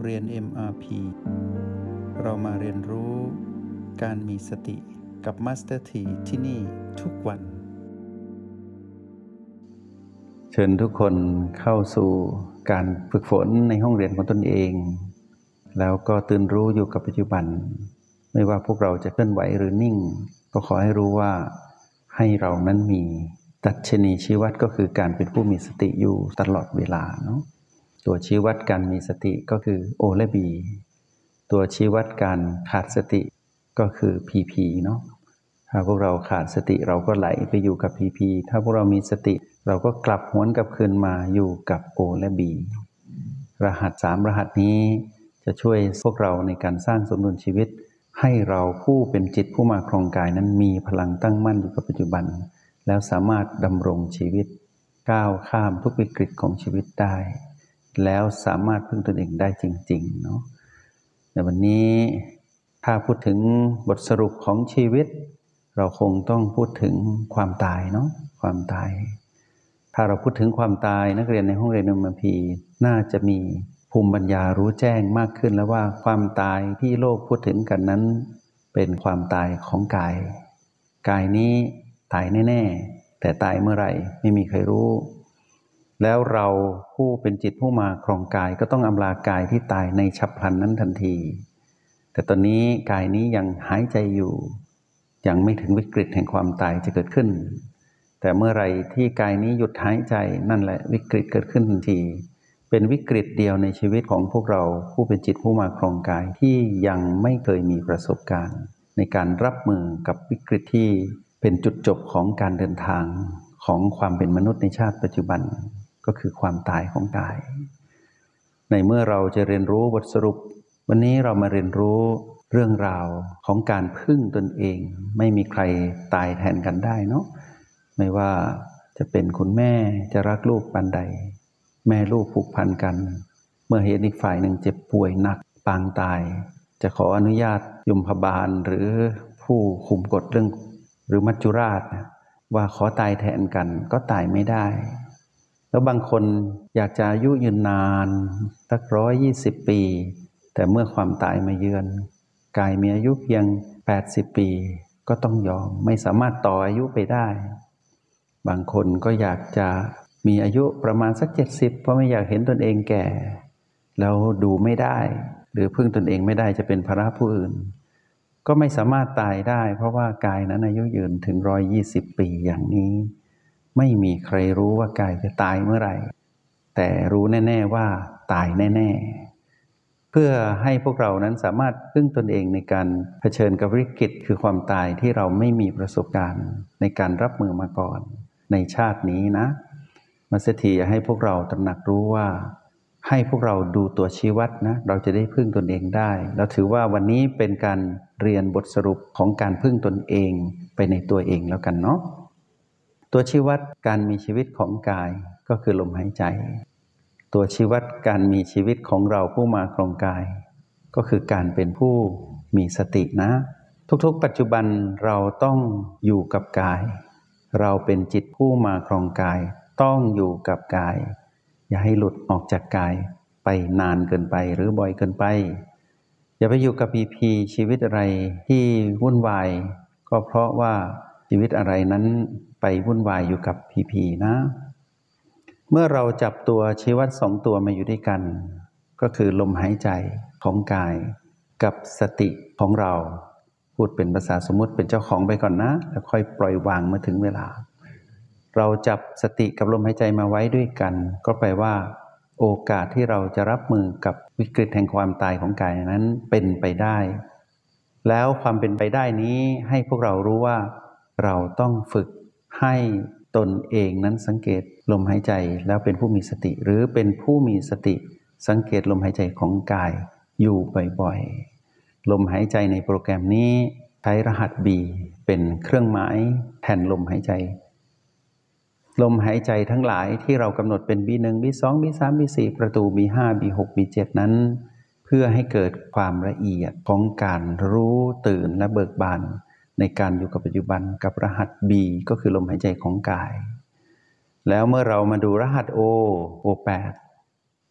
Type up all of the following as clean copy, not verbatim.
เรียน MRP เรามาเรียนรู้การมีสติกับ Master T ที่นี่ทุกวันเชิญทุกคนเข้าสู่การฝึกฝนในห้องเรียนของตนเองแล้วก็ตื่นรู้อยู่กับปัจจุบันไม่ว่าพวกเราจะเคลื่อนไหวหรือนิ่งก็ขอให้รู้ว่าให้เรานั้นมีดัชนีชี้วัดก็คือการเป็นผู้มีสติอยู่ตลอดเวลาเนาะตัวชี้วัดการมีสติก็คือ O และ B ตัวชี้วัดการขาดสติก็คือ PP เนาะถ้าพวกเราขาดสติเราก็ไหลไปอยู่กับ PP ถ้าพวกเรามีสติเราก็กลับหวนกลับคืนมาอยู่กับ O และ B รหัส3รหัสนี้จะช่วยพวกเราในการสร้างสมดุลชีวิตให้เราผู้เป็นจิตผู้มาครองกายนั้นมีพลังตั้งมั่นอยู่กับปัจจุบันแล้วสามารถดำรงชีวิตก้าวข้ามทุกวิกฤตของชีวิตได้แล้วสามารถพึ่งตนเองได้จริงๆเนาะในวันนี้ถ้าพูดถึงบทสรุปของชีวิตเราคงต้องพูดถึงความตายเนาะความตายถ้าเราพูดถึงความตายนักเรียนในห้องเรียน MRP น่าจะมีภูมิปัญญารู้แจ้งมากขึ้นแล้วว่าความตายที่โลกพูดถึงกันนั้นเป็นความตายของกายกายนี้ตายแน่ๆแต่ตายเมื่อไหร่ไม่มีใครรู้แล้วเราผู้เป็นจิตผู้มาครองกายก็ต้องอำลากายที่ตายในฉับพลันนั้นทันทีแต่ตอนนี้กายนี้ยังหายใจอยู่ยังไม่ถึงวิกฤตแห่งความตายจะเกิดขึ้นแต่เมื่อไหร่ที่กายนี้หยุดหายใจนั่นแหละวิกฤตเกิดขึ้นทันทีเป็นวิกฤตเดียวในชีวิตของพวกเราผู้เป็นจิตผู้มาครองกายที่ยังไม่เคยมีประสบการณ์ในการรับมือกับวิกฤตที่เป็นจุดจบของการเดินทางของความเป็นมนุษย์ในชาติปัจจุบันก็คือความตายของกายในเมื่อเราจะเรียนรู้บทสรุปวันนี้เรามาเรียนรู้เรื่องราวของการพึ่งตนเองไม่มีใครตายแทนกันได้เนาะไม่ว่าจะเป็นคุณแม่จะรักลูกปานใดแม่ลูกผูกพันกันเมื่อเห็นอีกฝ่ายหนึ่งเจ็บป่วยหนักปางตายจะขออนุญาตยมพบาลหรือผู้คุมกฎเรื่องหรือมัจจุราชว่าขอตายแทนกันก็ตายไม่ได้แล้วบางคนอยากจะอายุยืนนานสัก120 ปีแต่เมื่อความตายมาเยือนกายมีอายุเพียง80 ปีก็ต้องยอมไม่สามารถต่ออายุไปได้บางคนก็อยากจะมีอายุประมาณสัก70เพราะไม่อยากเห็นตนเองแก่แล้วดูไม่ได้หรือพึ่งตนเองไม่ได้จะเป็นภาระผู้อื่นก็ไม่สามารถตายได้เพราะว่ากายนั้นอายุยืนถึง120 ปีอย่างนี้ไม่มีใครรู้ว่ากายจะตายเมื่อไหร่แต่รู้แน่ๆว่าตายแน่ๆเพื่อให้พวกเรานั้นสามารถพึ่งตนเองในการเผชิญกับวิกฤตคือความตายที่เราไม่มีประสบการณ์ในการรับมือมาก่อนในชาตินี้นะมัสถีอยากให้พวกเราตระหนักรู้ว่าให้พวกเราดูตัวชี้วัดนะเราจะได้พึ่งตนเองได้เราถือว่าวันนี้เป็นการเรียนบทสรุปของการพึ่งตนเองไปในตัวเองแล้วกันเนาะตัวชี้วัดการมีชีวิตของกายก็คือลมหายใจตัวชี้วัดการมีชีวิตของเราผู้มาครองกายก็คือการเป็นผู้มีสตินะทุกๆปัจจุบันเราต้องอยู่กับกายเราเป็นจิตผู้มาครองกายต้องอยู่กับกายอย่าให้หลุดออกจากกายไปนานเกินไปหรือบ่อยเกินไปอย่าไปอยู่กับพีชีวิตอะไรที่วุ่นวายก็เพราะว่าชีวิตอะไรนั้นไปวุ่นวายอยู่กับพีนะเมื่อเราจับตัวชี้วัด2ตัวมาอยู่ด้วยกันก็คือลมหายใจของกายกับสติของเราพูดเป็นภาษาสมมุติเป็นเจ้าของไปก่อนนะแล้วค่อยปล่อยวางเมื่อถึงเวลาเราจับสติกับลมหายใจมาไว้ด้วยกันก็แปลว่าโอกาสที่เราจะรับมือกับวิกฤตแห่งความตายของกายนั้นเป็นไปได้แล้วความเป็นไปได้นี้ให้พวกเรารู้ว่าเราต้องฝึกให้ตนเองนั้นสังเกตลมหายใจแล้วเป็นผู้มีสติหรือเป็นผู้มีสติสังเกตลมหายใจของกายอยู่บ่อยๆลมหายใจในโปรแกรมนี้ใช้รหัส B เป็นเครื่องหมายแทนลมหายใจลมหายใจทั้งหลายที่เรากำหนดเป็น B1 B2 B3 B4 ประตู B5 B6 B7 นั้นเพื่อให้เกิดความละเอียดของการรู้ตื่นและเบิกบานในการอยู่กับปัจจุบันกับรหัส B ก็คือลมหายใจของกายแล้วเมื่อเรามาดูรหัส O8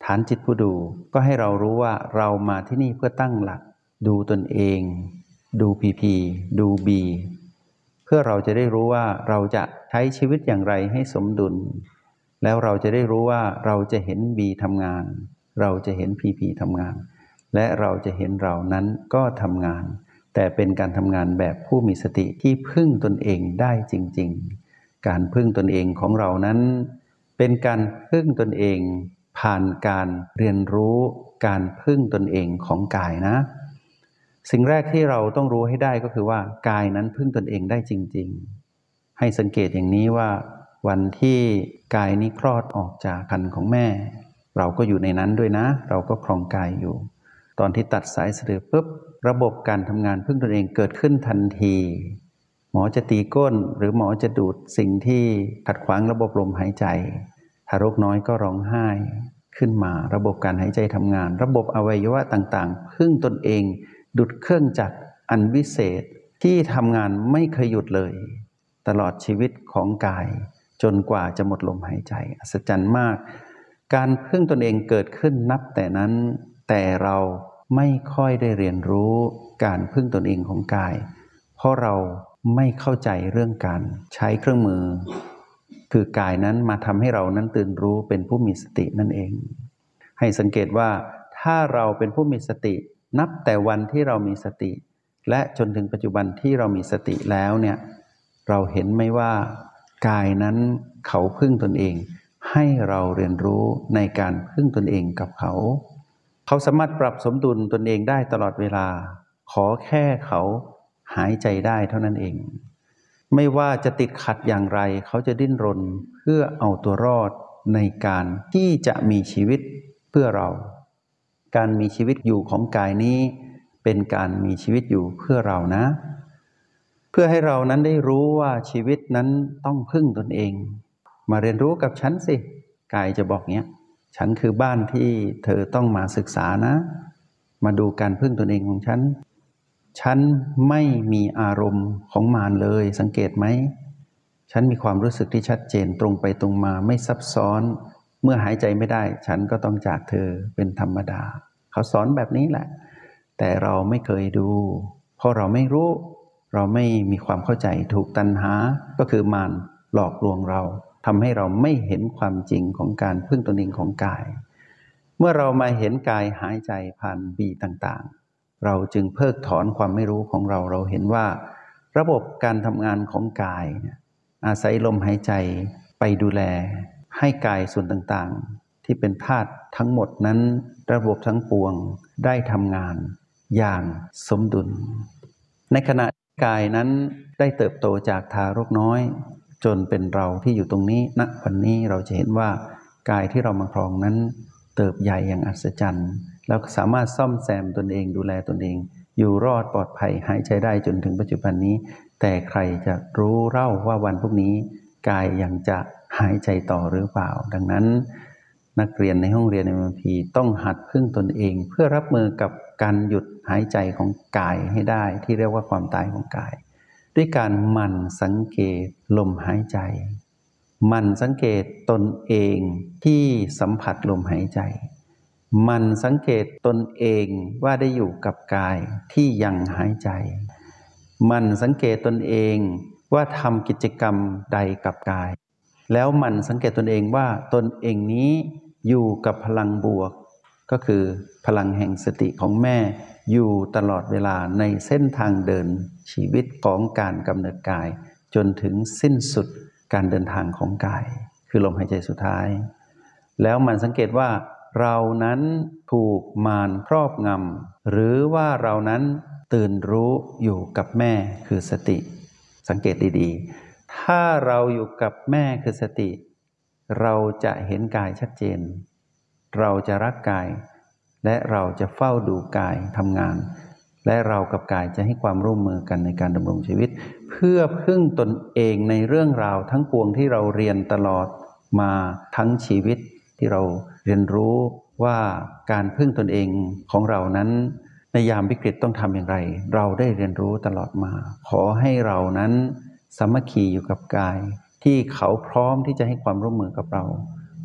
ฐานจิตผู้ดูก็ให้เรารู้ว่าเรามาที่นี่เพื่อตั้งหลักดูตนเองดูพีดูบีเพื่อเราจะได้รู้ว่าเราจะใช้ชีวิตอย่างไรให้สมดุลแล้วเราจะได้รู้ว่าเราจะเห็นบีทำงานเราจะเห็นพีทำงานและเราจะเห็นเรานั้นก็ทำงานแต่เป็นการทำงานแบบผู้มีสติที่พึ่งตนเองได้จริงๆการพึ่งตนเองของเรานั้นเป็นการพึ่งตนเองผ่านการเรียนรู้การพึ่งตนเองของกายนะสิ่งแรกที่เราต้องรู้ให้ได้ก็คือว่ากายนั้นพึ่งตนเองได้จริงๆให้สังเกตอย่างนี้ว่าวันที่กายนี้คลอดออกจากครรภ์ของแม่เราก็อยู่ในนั้นด้วยนะเราก็ครองกายอยู่ตอนที่ตัดสายสะดือปุ๊บระบบการทำงานพึ่งตนเองเกิดขึ้นทันทีหมอจะตีก้นหรือหมอจะดูดสิ่งที่ขัดขวางระบบลมหายใจทารกน้อยก็ร้องไห้ขึ้นมาระบบการหายใจทำงานระบบอวัยวะต่างๆพึ่งตนเองดุจเครื่องจักรอันวิเศษที่ทำงานไม่เคยหยุดเลยตลอดชีวิตของกายจนกว่าจะหมดลมหายใจอัศจรรย์มากการพึ่งตนเองเกิดขึ้นนับแต่นั้นแต่เราไม่ค่อยได้เรียนรู้การพึ่งตนเองของกายเพราะเราไม่เข้าใจเรื่องการใช้เครื่องมือคือกายนั้นมาทำให้เรานั้นตื่นรู้เป็นผู้มีสตินั่นเองให้สังเกตว่าถ้าเราเป็นผู้มีสตินับแต่วันที่เรามีสติและจนถึงปัจจุบันที่เรามีสติแล้วเนี่ยเราเห็นไหมว่ากายนั้นเขาพึ่งตนเองให้เราเรียนรู้ในการพึ่งตนเองกับเขาสามารถปรับสมดุลตนเองได้ตลอดเวลาขอแค่เขาหายใจได้เท่านั้นเองไม่ว่าจะติดขัดอย่างไรเขาจะดิ้นรนเพื่อเอาตัวรอดในการที่จะมีชีวิตเพื่อเราการมีชีวิตอยู่ของกายนี้เป็นการมีชีวิตอยู่เพื่อเรานะเพื่อให้เรานั้นได้รู้ว่าชีวิตนั้นต้องพึ่งตนเองมาเรียนรู้กับฉันสิกายจะบอกเนี้ยฉันคือบ้านที่เธอต้องมาศึกษานะมาดูการพึ่งตนเองของฉันไม่มีอารมณ์ของมารเลยสังเกตไหมฉันมีความรู้สึกที่ชัดเจนตรงไปตรงมาไม่ซับซ้อนเมื่อหายใจไม่ได้ฉันก็ต้องจากเธอเป็นธรรมดาเขาสอนแบบนี้แหละแต่เราไม่เคยดูเพราะเราไม่รู้เราไม่มีความเข้าใจถูกตัณหาก็คือมารหลอกลวงเราทำให้เราไม่เห็นความจริงของการพึ่งตนเองของกายเมื่อเรามาเห็นกายหายใจผ่านบีต่างๆเราจึงเพิกถอนความไม่รู้ของเราเห็นว่าระบบการทำงานของกายเนี่ยอาศัยลมหายใจไปดูแลให้กายส่วนต่างๆที่เป็นธาตุทั้งหมดนั้นระบบทั้งปวงได้ทำงานอย่างสมดุลในขณะกายนั้นได้เติบโตจากทารกน้อยจนเป็นเราที่อยู่ตรงนี้ณวันนี้เราจะเห็นว่ากายที่เรามาครองนั้นเติบใหญ่อย่างอัศจรรย์แล้วสามารถซ่อมแซมตนเองดูแลตนเองอยู่รอดปลอดภัยหายใจได้จนถึงปัจจุบันนี้แต่ใครจะรู้เล่าว่าวันพรุ่งนี้กายยังจะหายใจต่อหรือเปล่าดังนั้นนักเรียนในห้องเรียน MMP ต้องหัดพึ่งตนเองเพื่อรับมือกับการหยุดหายใจของกายให้ได้ที่เรียกว่าความตายของกายด้วยการหมั่นสังเกตลมหายใจหมั่นสังเกตตนเองที่สัมผัสลมหายใจหมั่นสังเกตตนเองว่าได้อยู่กับกายที่ยังหายใจหมั่นสังเกตตนเองว่าทำกิจกรรมใดกับกายแล้วหมั่นสังเกตตนเองว่าตนเองนี้อยู่กับพลังบวกก็คือพลังแห่งสติของแม่อยู่ตลอดเวลาในเส้นทางเดินชีวิตของการกำเนิดกายจนถึงสิ้นสุดการเดินทางของกายคือลมหายใจสุดท้ายแล้วมันสังเกตว่าเรานั้นถูกมารครอบงำหรือว่าเรานั้นตื่นรู้อยู่กับแม่คือสติสังเกตดีๆถ้าเราอยู่กับแม่คือสติเราจะเห็นกายชัดเจนเราจะรักกายและเราจะเฝ้าดูกายทำงานและเรากับกายจะให้ความร่วมมือกันในการดำรงชีวิตเพื่อพึ่งตนเองในเรื่องราวทั้งปวงที่เราเรียนตลอดมาทั้งชีวิตที่เราเรียนรู้ว่าการพึ่งตนเองของเรานั้นในยามวิกฤตต้องทำอย่างไรเราได้เรียนรู้ตลอดมาขอให้เรานั้นสามัคคีอยู่กับกายที่เขาพร้อมที่จะให้ความร่วมมือกับเรา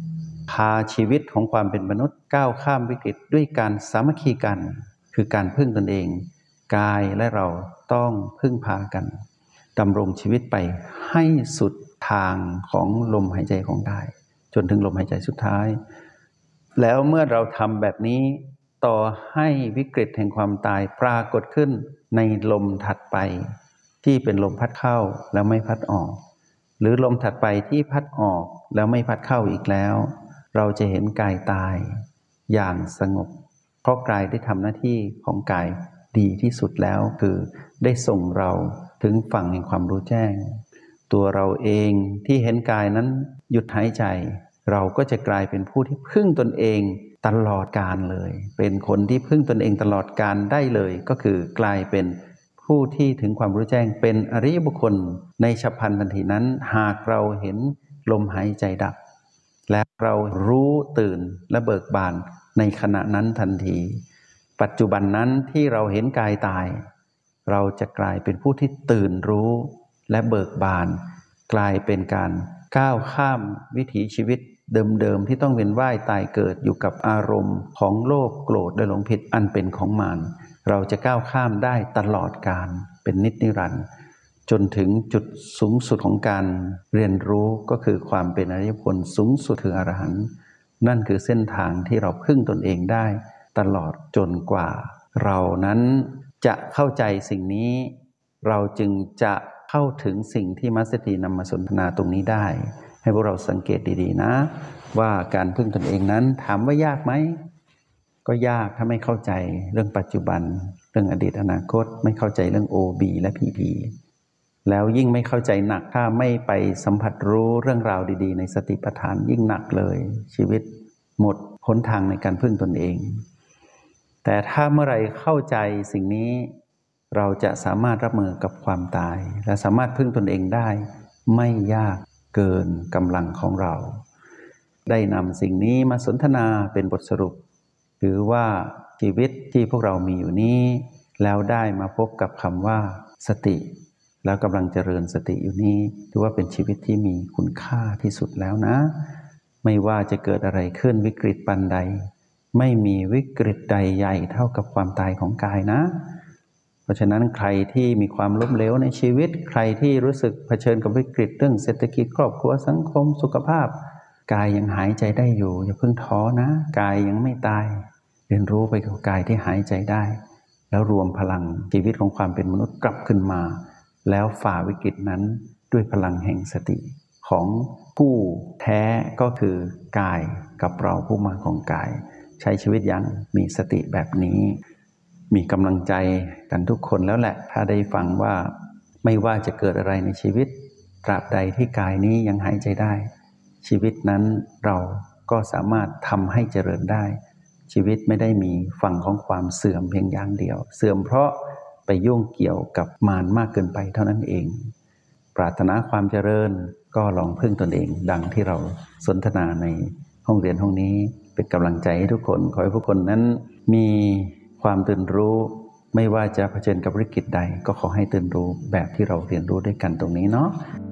พาชีวิตของความเป็นมนุษย์ก้าวข้ามวิกฤตด้วยการสามัคคีกันคือการพึ่งตนเองกายและเราต้องพึ่งพากันดำรงชีวิตไปให้สุดทางของลมหายใจของกายจนถึงลมหายใจสุดท้ายแล้วเมื่อเราทำแบบนี้ต่อให้วิกฤตแห่งความตายปรากฏขึ้นในลมถัดไปที่เป็นลมพัดเข้าแล้วไม่พัดออกหรือลมถัดไปที่พัดออกแล้วไม่พัดเข้าอีกแล้วเราจะเห็นกายตายอย่างสงบเพราะกายได้ทำหน้าที่ของกายดีที่สุดแล้วคือได้ส่งเราถึงฝั่งแห่งความรู้แจ้งตัวเราเองที่เห็นกายนั้นหยุดหายใจเราก็จะกลายเป็นผู้ที่พึ่งตนเองตลอดกาลเลยเป็นคนที่พึ่งตนเองตลอดกาลได้เลยก็คือกลายเป็นผู้ที่ถึงความรู้แจ้งเป็นอริยบุคคลในฉับพลันทันทีนั้นหากเราเห็นลมหายใจดับและเรารู้ตื่นและเบิกบานในขณะนั้นทันทีปัจจุบันนั้นที่เราเห็นกายตายเราจะกลายเป็นผู้ที่ตื่นรู้และเบิกบานกลายเป็นการก้าวข้ามวิถีชีวิตเดิมๆที่ต้องเวียนว่ายตายเกิดอยู่กับอารมณ์ของโลภโกรธและหลงผิดอันเป็นของมารเราจะก้าวข้ามได้ตลอดกาลเป็นนิจนิรันดร์จนถึงจุดสูงสุดของการเรียนรู้ก็คือความเป็นอริยผลสูงสุดคืออรหันต์นั่นคือเส้นทางที่เราพึ่งตนเองได้ตลอดจนกว่าเรานั้นจะเข้าใจสิ่งนี้เราจึงจะเข้าถึงสิ่งที่มัสยิดนำมาสนทนาตรงนี้ได้ให้พวกเราสังเกตดีๆนะว่าการพึ่งตนเองนั้นถามว่ายากไหมก็ยากถ้าไม่เข้าใจเรื่องปัจจุบันเรื่องอดีตอนาคตไม่เข้าใจเรื่อง OB และ PP แล้วยิ่งไม่เข้าใจหนักถ้าไม่ไปสัมผัสรู้เรื่องราวดีๆในสติปัฏฐานยิ่งหนักเลยชีวิตหมดหนทางในการพึ่งตนเองแต่ถ้าเมื่อไรเข้าใจสิ่งนี้เราจะสามารถรับมือกับความตายและสามารถพึ่งตนเองได้ไม่ยากเกินกำลังของเราได้นำสิ่งนี้มาสนทนาเป็นบทสรุปหรือว่าชีวิตที่พวกเรามีอยู่นี้แล้วได้มาพบกับคำว่าสติแล้วกำลังเจริญสติอยู่นี้ถือว่าเป็นชีวิตที่มีคุณค่าที่สุดแล้วนะไม่ว่าจะเกิดอะไรขึ้นวิกฤตปานใดไม่มีวิกฤตใดใหญ่เท่ากับความตายของกายนะเพราะฉะนั้นใครที่มีความล้มเหลวในชีวิตใครที่รู้สึกเผชิญกับวิกฤตเรื่องเศรษฐกิจครอบครัวสังคมสุขภาพกายยังหายใจได้อยู่อย่าเพิ่งท้อนะกายยังไม่ตายเรียนรู้ไปกับกายที่หายใจได้แล้วรวมพลังชีวิตของความเป็นมนุษย์กลับขึ้นมาแล้วฝ่าวิกฤตนั้นด้วยพลังแห่งสติของผู้แท้ก็คือกายกับเราผู้มาของกายใช้ชีวิตอย่างมีสติแบบนี้มีกำลังใจกันทุกคนแล้วแหละถ้าได้ฟังว่าไม่ว่าจะเกิดอะไรในชีวิตตราบใดที่กายนี้ยังหายใจได้ชีวิตนั้นเราก็สามารถทำให้เจริญได้ชีวิตไม่ได้มีฝั่งของความเสื่อมเพียงอย่างเดียวเสื่อมเพราะไปยุ่งเกี่ยวกับมารมากเกินไปเท่านั้นเองปรารถนาความเจริญก็ลองพึ่งตนเองดังที่เราสนทนาในห้องเรียนห้องนี้เป็นกำลังใจให้ทุกคนขอให้ทุกคนนั้นมีความตื่นรู้ไม่ว่าจะเผชิญกับวิกฤตใดก็ขอให้ตื่นรู้แบบที่เราเรียนรู้ด้วยกันตรงนี้เนาะ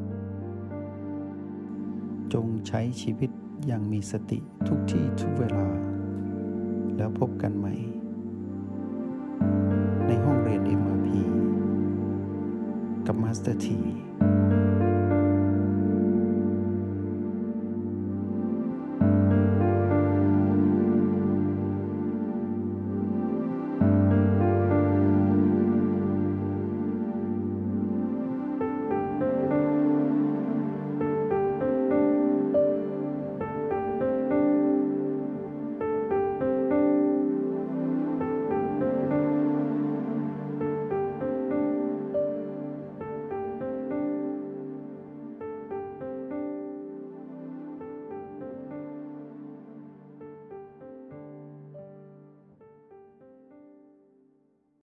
จงใช้ชีวิตอย่างมีสติทุกที่ทุกเวลาแล้วพบกันใหม่ในห้องเรียน MRP กับมาสเตอร์ที